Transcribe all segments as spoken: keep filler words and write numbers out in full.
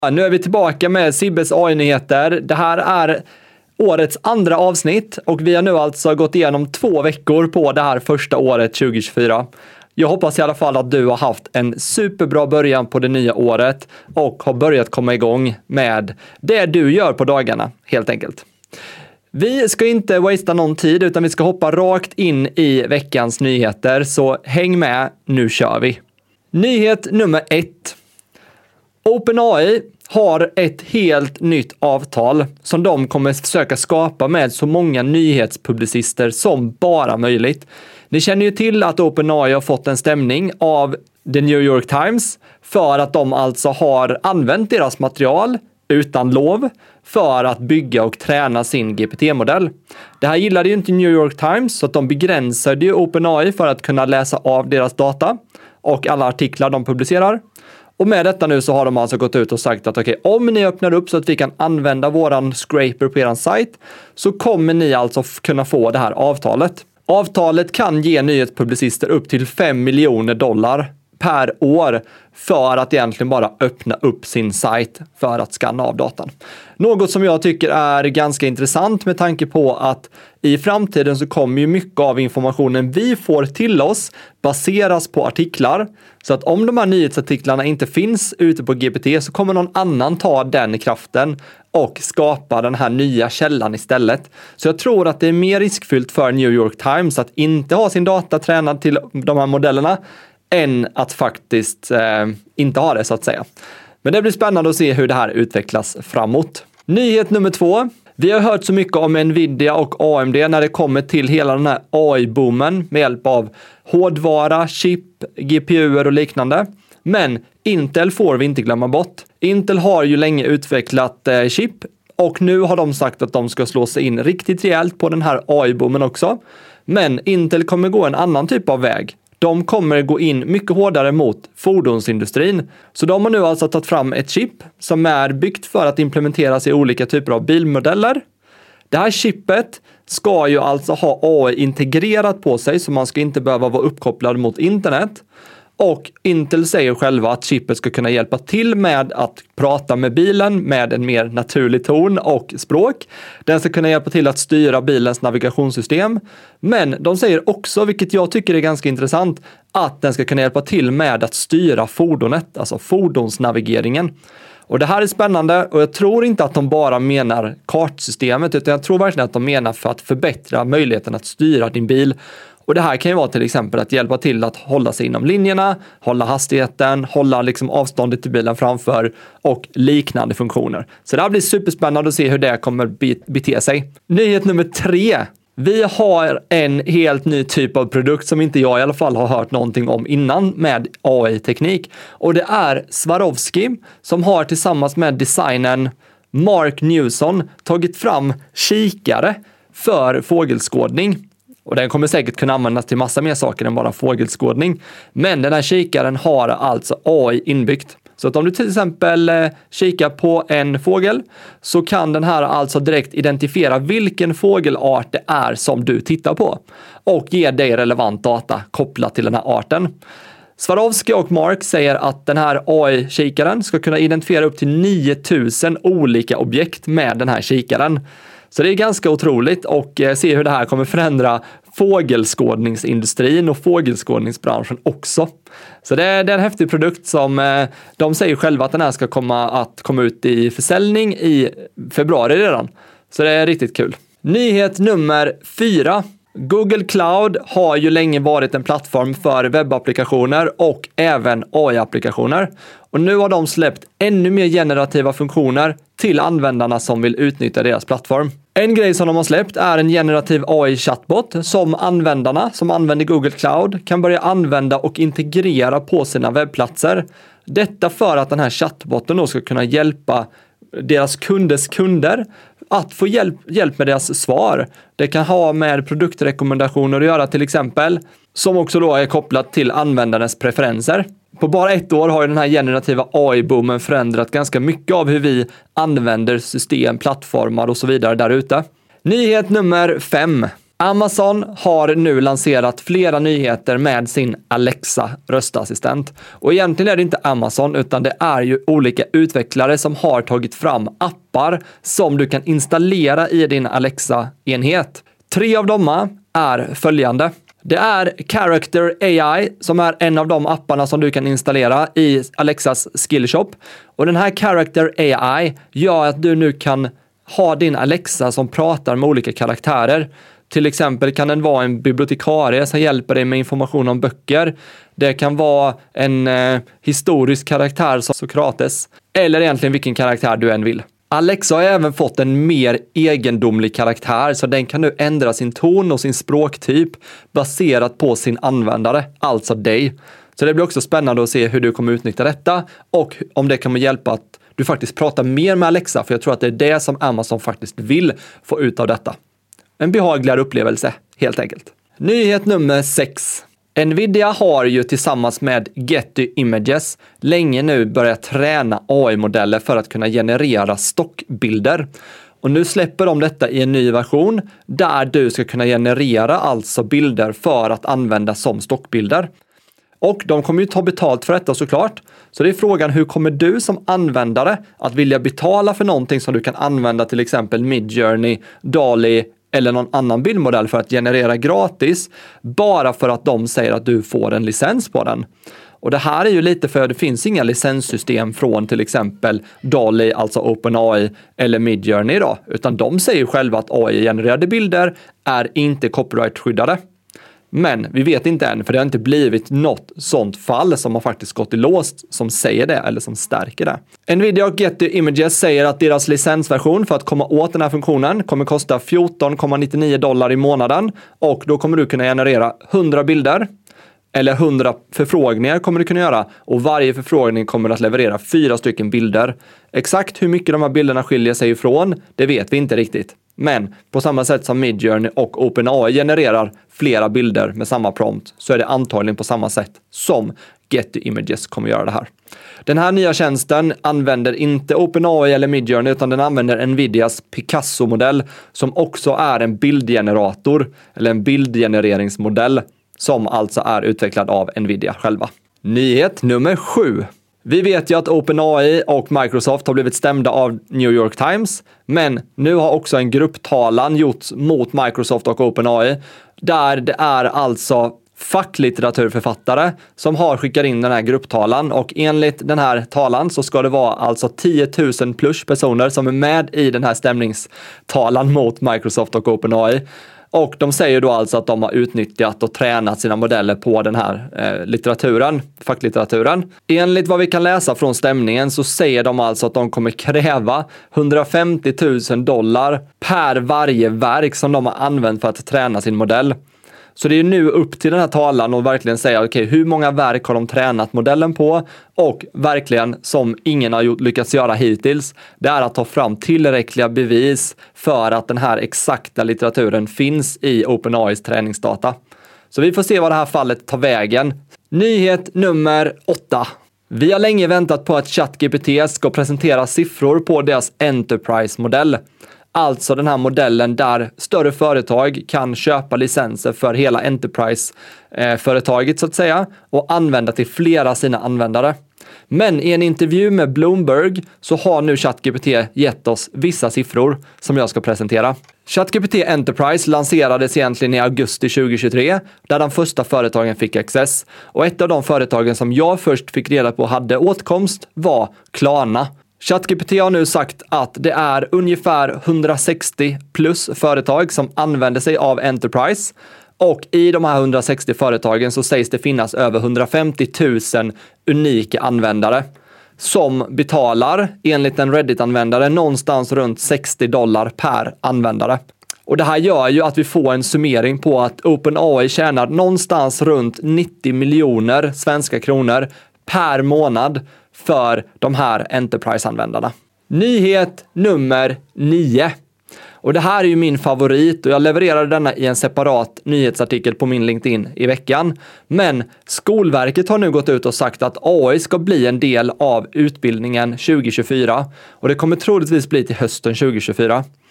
Ja, nu är vi tillbaka med Sibbes A I-nyheter. Det här är årets andra avsnitt och vi har nu alltså gått igenom två veckor på det här första året tjugo tjugofyra. Jag hoppas i alla fall att du har haft en superbra början på det nya året och har börjat komma igång med det du gör på dagarna, helt enkelt. Vi ska inte wastea någon tid utan vi ska hoppa rakt in i veckans nyheter, så häng med, nu kör vi. Nyhet nummer ett. OpenAI har ett helt nytt avtal som de kommer försöka skapa med så många nyhetspublicister som bara möjligt. Ni känner ju till att OpenAI har fått en stämning av The New York Times för att de alltså har använt deras material utan lov för att bygga och träna sin G P T-modell. Det här gillade ju inte New York Times, så att de begränsade ju OpenAI för att kunna läsa av deras data och alla artiklar de publicerar. Och med detta nu så har de alltså gått ut och sagt att okej, okay, om ni öppnar upp så att vi kan använda våran scraper på eran sajt så kommer ni alltså kunna få det här avtalet. Avtalet kan ge nyhetspublicister upp till fem miljoner dollar per år för att egentligen bara öppna upp sin sajt för att skanna av datan. Något som jag tycker är ganska intressant med tanke på att i framtiden så kommer ju mycket av informationen vi får till oss baseras på artiklar. Så att om de här nyhetsartiklarna inte finns ute på G P T så kommer någon annan ta den kraften och skapa den här nya källan istället. Så jag tror att det är mer riskfyllt för New York Times att inte ha sin data tränad till de här modellerna än att faktiskt eh, inte ha det, så att säga. Men det blir spännande att se hur det här utvecklas framåt. Nyhet nummer två. Vi har hört så mycket om Nvidia och A M D när det kommer till hela den här A I-boomen med hjälp av hårdvara, chip, G P U-er och liknande. Men Intel får vi inte glömma bort. Intel har ju länge utvecklat eh, chip och nu har de sagt att de ska slå sig in riktigt rejält på den här A I-boomen också. Men Intel kommer gå en annan typ av väg. De kommer gå in mycket hårdare mot fordonsindustrin. Så de har nu alltså tagit fram ett chip som är byggt för att implementeras i olika typer av bilmodeller. Det här chippet ska ju alltså ha A I integrerat på sig så man ska inte behöva vara uppkopplad mot internet. Och Intel säger själva att chippet ska kunna hjälpa till med att prata med bilen med en mer naturlig ton och språk. Den ska kunna hjälpa till att styra bilens navigationssystem. Men de säger också, vilket jag tycker är ganska intressant, att den ska kunna hjälpa till med att styra fordonet, alltså fordonsnavigeringen. Och det här är spännande och jag tror inte att de bara menar kartsystemet utan jag tror verkligen att de menar för att förbättra möjligheten att styra din bil. Och det här kan ju vara till exempel att hjälpa till att hålla sig inom linjerna, hålla hastigheten, hålla liksom avståndet till bilen framför och liknande funktioner. Så det här blir superspännande att se hur det kommer bete sig. Nyhet nummer tre. Vi har en helt ny typ av produkt som inte jag i alla fall har hört någonting om innan med A I-teknik. Och det är Swarovski som har tillsammans med designern Mark Newson tagit fram kikare för fågelskådning. Och den kommer säkert kunna användas till massa mer saker än bara fågelskådning. Men den här kikaren har alltså A I inbyggt. Så att om du till exempel eh, kikar på en fågel så kan den här alltså direkt identifiera vilken fågelart det är som du tittar på. Och ge dig relevant data kopplat till den här arten. Swarovski och Mark säger att den här A I-kikaren ska kunna identifiera upp till nio tusen olika objekt med den här kikaren. Så det är ganska otroligt och eh, se hur det här kommer förändra fågelskådningsindustrin och fågelskådningsbranschen också. Så det är, det är en häftig produkt som eh, de säger själva att den här ska komma att komma ut i försäljning i februari redan. Så det är riktigt kul. Nyhet nummer fyra. Google Cloud har ju länge varit en plattform för webbapplikationer och även A I-applikationer. Och nu har de släppt ännu mer generativa funktioner till användarna som vill utnyttja deras plattform. En grej som de har släppt är en generativ A I-chatbot som användarna som använder Google Cloud kan börja använda och integrera på sina webbplatser. Detta för att den här chatboten då ska kunna hjälpa deras kunders kunder att få hjälp, hjälp med deras svar. Det kan ha med produktrekommendationer att göra till exempel, som också då är kopplat till användarens preferenser. På bara ett år har ju den här generativa A I-boomen förändrat ganska mycket av hur vi använder system, plattformar och så vidare där ute. Nyhet nummer fem. Amazon har nu lanserat flera nyheter med sin Alexa röstassistent. Och egentligen är det inte Amazon utan det är ju olika utvecklare som har tagit fram appar som du kan installera i din Alexa-enhet. Tre av dem är följande. Det är Character A I som är en av de apparna som du kan installera i Alexas Skillshop. Och den här Character A I gör att du nu kan ha din Alexa som pratar med olika karaktärer. Till exempel kan den vara en bibliotekarie som hjälper dig med information om böcker. Det kan vara en eh, historisk karaktär som Sokrates. Eller egentligen vilken karaktär du än vill. Alexa har även fått en mer egendomlig karaktär så den kan nu ändra sin ton och sin språktyp baserat på sin användare, alltså dig. Så det blir också spännande att se hur du kommer utnyttja detta och om det kommer hjälpa att du faktiskt pratar mer med Alexa, för jag tror att det är det som Amazon faktiskt vill få ut av detta. En behagligare upplevelse, helt enkelt. Nyhet nummer sex. Nvidia har ju tillsammans med Getty Images länge nu börjat träna A I-modeller för att kunna generera stockbilder. Och nu släpper de detta i en ny version där du ska kunna generera alltså bilder för att använda som stockbilder. Och de kommer ju ta betalt för detta såklart. Så det är frågan, hur kommer du som användare att vilja betala för någonting som du kan använda till exempel Midjourney, DALL-E eller någon annan bildmodell för att generera gratis bara för att de säger att du får en licens på den. Och det här är ju lite för det finns inga licenssystem från till exempel DALL-E, alltså OpenAI eller Midjourney idag, utan de säger själva att A I-genererade bilder är inte copyright-skyddade. Men vi vet inte än, för det har inte blivit något sånt fall som har faktiskt gått i låst som säger det eller som stärker det. Nvidia och Getty Images säger att deras licensversion för att komma åt den här funktionen kommer kosta fjorton komma nittionio dollar i månaden och då kommer du kunna generera hundra bilder eller hundra förfrågningar kommer du kunna göra och varje förfrågning kommer att leverera fyra stycken bilder. Exakt hur mycket de här bilderna skiljer sig ifrån, det vet vi inte riktigt. Men på samma sätt som Midjourney och OpenAI genererar flera bilder med samma prompt så är det antagligen på samma sätt som Getty Images kommer göra det här. Den här nya tjänsten använder inte OpenAI eller Midjourney utan den använder Nvidias Picasso-modell som också är en bildgenerator eller en bildgenereringsmodell som alltså är utvecklad av Nvidia själva. Nyhet nummer sju. Vi vet ju att OpenAI och Microsoft har blivit stämda av New York Times, men nu har också en grupptalan gjorts mot Microsoft och OpenAI där det är alltså facklitteraturförfattare som har skickat in den här grupptalan och enligt den här talan så ska det vara alltså tio tusen plus personer som är med i den här stämningstalan mot Microsoft och OpenAI. Och de säger då alltså att de har utnyttjat och tränat sina modeller på den här eh, litteraturen, facklitteraturen. Enligt vad vi kan läsa från stämningen så säger de alltså att de kommer kräva hundrafemtio tusen dollar per varje verk som de har använt för att träna sin modell. Så det är nu upp till den här talan och verkligen säga okej, okay, hur många verk har de tränat modellen på? Och verkligen, som ingen har gjort, lyckats göra hittills, det är att ta fram tillräckliga bevis för att den här exakta litteraturen finns i OpenAIs träningsdata. Så vi får se vad det här fallet tar vägen. Nyhet nummer åtta. Vi har länge väntat på att ChatGPT ska presentera siffror på deras Enterprise-modell. Alltså den här modellen där större företag kan köpa licenser för hela Enterprise-företaget så att säga och använda till flera sina användare. Men i en intervju med Bloomberg så har nu ChatGPT gett oss vissa siffror som jag ska presentera. ChatGPT Enterprise lanserades egentligen i augusti tjugohundratjugotre där de första företagen fick access. Och ett av de företagen som jag först fick reda på hade åtkomst var Klarna. ChatGPT har nu sagt att det är ungefär hundrasextio plus företag som använder sig av Enterprise. Och i de här hundrasextio företagen så sägs det finnas över hundrafemtio tusen unika användare som betalar enligt en Reddit-användare någonstans runt sextio dollar per användare. Och det här gör ju att vi får en summering på att OpenAI tjänar någonstans runt nittio miljoner svenska kronor per månad för de här Enterprise-användarna. Nyhet nummer nio. Och det här är ju min favorit och jag levererade denna i en separat nyhetsartikel på min LinkedIn i veckan. Men Skolverket har nu gått ut och sagt att A I ska bli en del av utbildningen tjugohundratjugofyra och det kommer troligtvis bli till hösten tjugohundratjugofyra.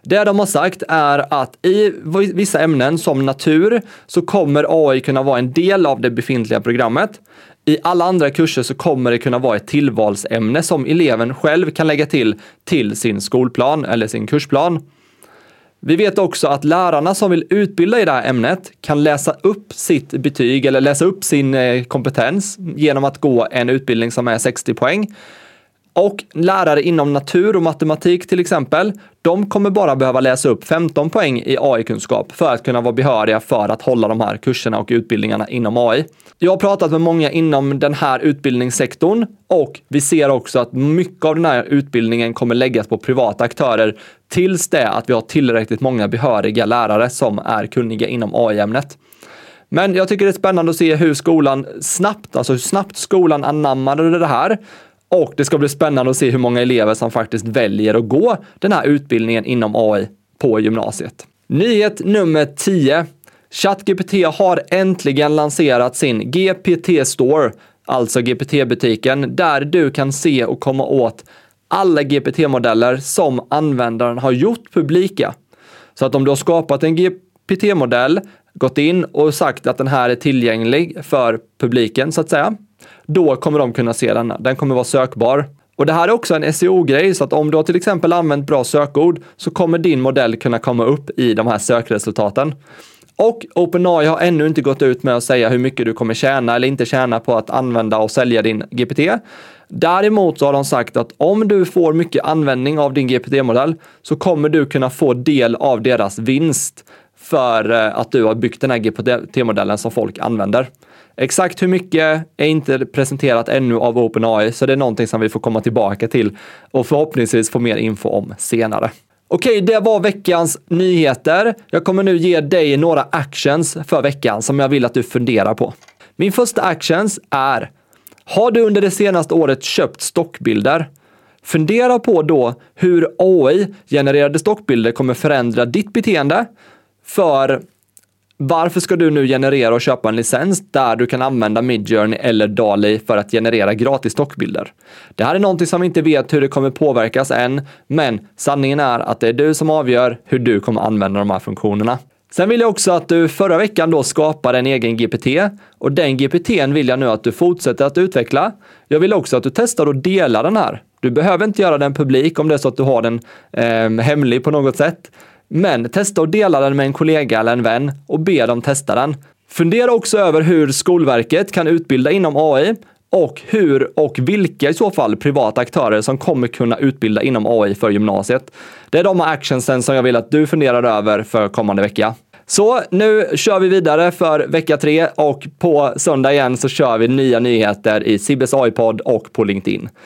Det de har sagt är att i vissa ämnen som natur så kommer A I kunna vara en del av det befintliga programmet. I alla andra kurser så kommer det kunna vara ett tillvalsämne som eleven själv kan lägga till till sin skolplan eller sin kursplan. Vi vet också att lärarna som vill utbilda i det här ämnet kan läsa upp sitt betyg eller läsa upp sin kompetens genom att gå en utbildning som är sextio poäng. Och lärare inom natur och matematik till exempel, de kommer bara behöva läsa upp femton poäng i A I-kunskap för att kunna vara behöriga för att hålla de här kurserna och utbildningarna inom A I. Jag har pratat med många inom den här utbildningssektorn och vi ser också att mycket av den här utbildningen kommer läggas på privata aktörer tills det att vi har tillräckligt många behöriga lärare som är kunniga inom A I-ämnet. Men jag tycker det är spännande att se hur skolan snabbt, alltså hur snabbt skolan anammade det här. Och det ska bli spännande att se hur många elever som faktiskt väljer att gå den här utbildningen inom A I på gymnasiet. Nyhet nummer tio. ChatGPT har äntligen lanserat sin G P T Store, alltså G P T-butiken, där du kan se och komma åt alla G P T-modeller som användaren har gjort publika. Så att om du har skapat en G P T-modell, gått in och sagt att den här är tillgänglig för publiken så att säga, då kommer de kunna se den. Den kommer vara sökbar. Och det här är också en S E O-grej, så att om du har till exempel använt bra sökord så kommer din modell kunna komma upp i de här sökresultaten. Och OpenAI har ännu inte gått ut med att säga hur mycket du kommer tjäna eller inte tjäna på att använda och sälja din G P T. Däremot så har de sagt att om du får mycket användning av din G P T-modell så kommer du kunna få del av deras vinst för att du har byggt den här G P T-modellen som folk använder. Exakt hur mycket är inte presenterat ännu av OpenAI, så det är någonting som vi får komma tillbaka till och förhoppningsvis få mer info om senare. Okej, det var veckans nyheter. Jag kommer nu ge dig några actions för veckan som jag vill att du funderar på. Min första actions är: har du under det senaste året köpt stockbilder? Fundera på då hur A I-genererade stockbilder kommer förändra ditt beteende. För varför ska du nu generera och köpa en licens där du kan använda Midjourney eller DALL-E för att generera gratis stockbilder? Det här är någonting som vi inte vet hur det kommer påverkas än, men sanningen är att det är du som avgör hur du kommer använda de här funktionerna. Sen vill jag också att du förra veckan då skapade en egen G P T, och den G P T:n vill jag nu att du fortsätter att utveckla. Jag vill också att du testar och delar den här. Du behöver inte göra den publik om det är så att du har den eh, hemlig på något sätt. Men testa och dela den med en kollega eller en vän och be dem testa den. Fundera också över hur Skolverket kan utbilda inom A I och hur och vilka i så fall privata aktörer som kommer kunna utbilda inom A I för gymnasiet. Det är de actionsen som jag vill att du funderar över för kommande vecka. Så nu kör vi vidare för vecka tre, och på söndag igen så kör vi nya nyheter i Sibbes A I-podd och på LinkedIn.